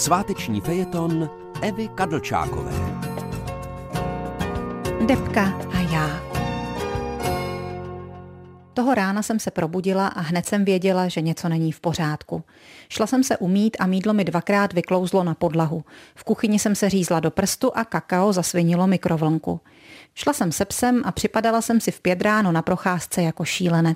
Sváteční fejeton Evy Kadlčákové. Debka a já. Toho rána jsem se probudila a hned jsem věděla, že něco není v pořádku. Šla jsem se umýt a mýdlo mi 2krát vyklouzlo na podlahu. V kuchyni jsem se řízla do prstu a kakao zasvinilo mikrovlnku. Šla jsem se psem a připadala jsem si v 5 ráno na procházce jako šílenec.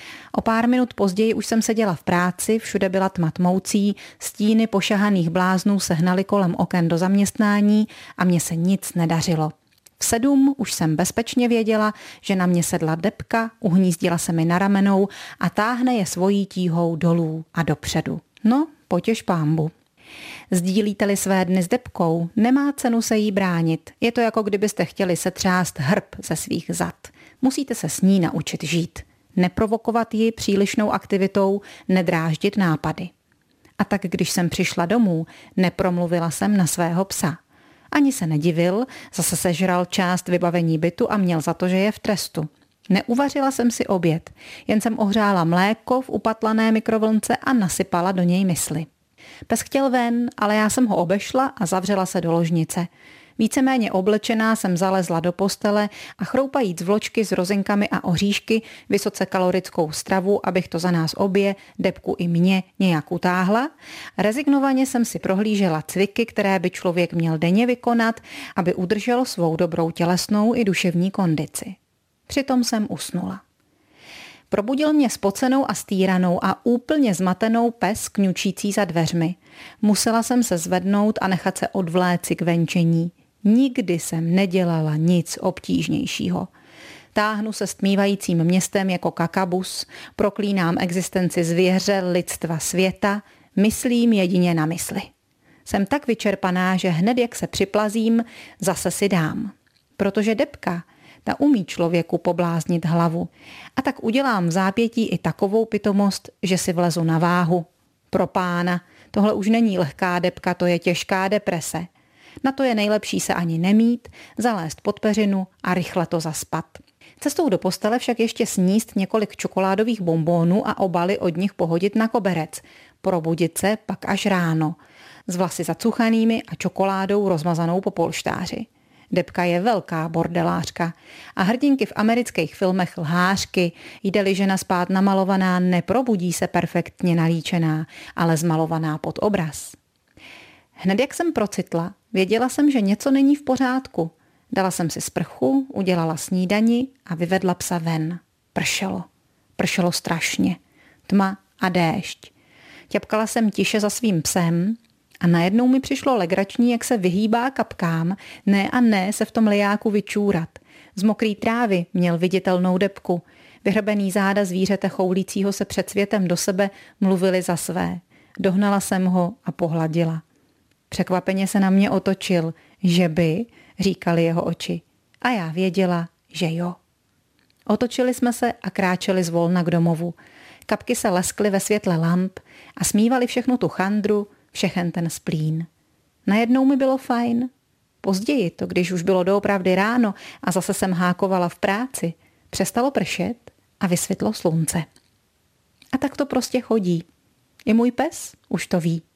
O pár minut později už jsem seděla v práci, všude byla tma tmoucí, stíny pošahaných bláznů se hnaly kolem oken do zaměstnání a mně se nic nedařilo. V 7 už jsem bezpečně věděla, že na mě sedla Debka, uhnízdila se mi na ramenou a táhne je svojí tíhou dolů a dopředu. No, potěš pánbu. Sdílíte-li své dny s Debkou, nemá cenu se jí bránit. Je to jako kdybyste chtěli setřást hrb ze svých zad. Musíte se s ní naučit žít. Neprovokovat ji přílišnou aktivitou, nedráždit nápady. A tak když jsem přišla domů, nepromluvila jsem na svého psa. Ani se nedivil, zase sežral část vybavení bytu a měl za to, že je v trestu. Neuvařila jsem si oběd, jen jsem ohřála mléko v upatlané mikrovlnce a nasypala do něj mysli. Pes chtěl ven, ale já jsem ho obešla a zavřela se do ložnice. Víceméně oblečená jsem zalezla do postele a chroupajíc vločky s rozinkami a oříšky, vysoce kalorickou stravu, abych to za nás obě, Debku i mě, nějak utáhla. Rezignovaně jsem si prohlížela cviky, které by člověk měl denně vykonat, aby udržel svou dobrou tělesnou i duševní kondici. Přitom jsem usnula. Probudil mě spocenou a stýranou a úplně zmatenou pes kňučící za dveřmi. Musela jsem se zvednout a nechat se odvléci k venčení. Nikdy jsem nedělala nic obtížnějšího. Táhnu se stmívajícím městem jako kakabus, proklínám existenci zvěře, lidstva, světa, myslím jedině na mysli. Jsem tak vyčerpaná, že hned jak se připlazím, zase si dám. Protože Debka, ta umí člověku pobláznit hlavu. A tak udělám v zápětí i takovou pitomost, že si vlezu na váhu. Pro pána, tohle už není lehká Debka, to je těžká deprese. Na to je nejlepší se ani nemít, zalézt pod peřinu a rychle to zaspat. Cestou do postele však ještě sníst několik čokoládových bonbónů a obaly od nich pohodit na koberec. Probudit se pak až ráno. S vlasy zacuchanými a čokoládou rozmazanou po polštáři. Debka je velká bordelářka a hrdinky v amerických filmech lhářky, jde-li žena spát namalovaná, neprobudí se perfektně nalíčená, ale zmalovaná pod obraz. Hned jak jsem procitla, věděla jsem, že něco není v pořádku. Dala jsem si sprchu, udělala snídani a vyvedla psa ven. Pršelo. Pršelo strašně. Tma a déšť. Ťapkala jsem tiše za svým psem a najednou mi přišlo legrační, jak se vyhýbá kapkám, ne a ne se v tom lejáku vyčůrat. Z mokrý trávy měl viditelnou Debku. Vyhrbený záda zvířete choulícího se před světem do sebe mluvili za své. Dohnala jsem ho a pohladila. Překvapeně se na mě otočil, že by, říkali jeho oči. A já věděla, že jo. Otočili jsme se a kráčeli zvolna k domovu. Kapky se leskly ve světle lamp a smívali všechnu tu chandru, všechen ten splín. Najednou mi bylo fajn. Později, to když už bylo doopravdy ráno a zase jsem hákovala v práci, přestalo pršet a vysvětlo slunce. A tak to prostě chodí. I můj pes už to ví.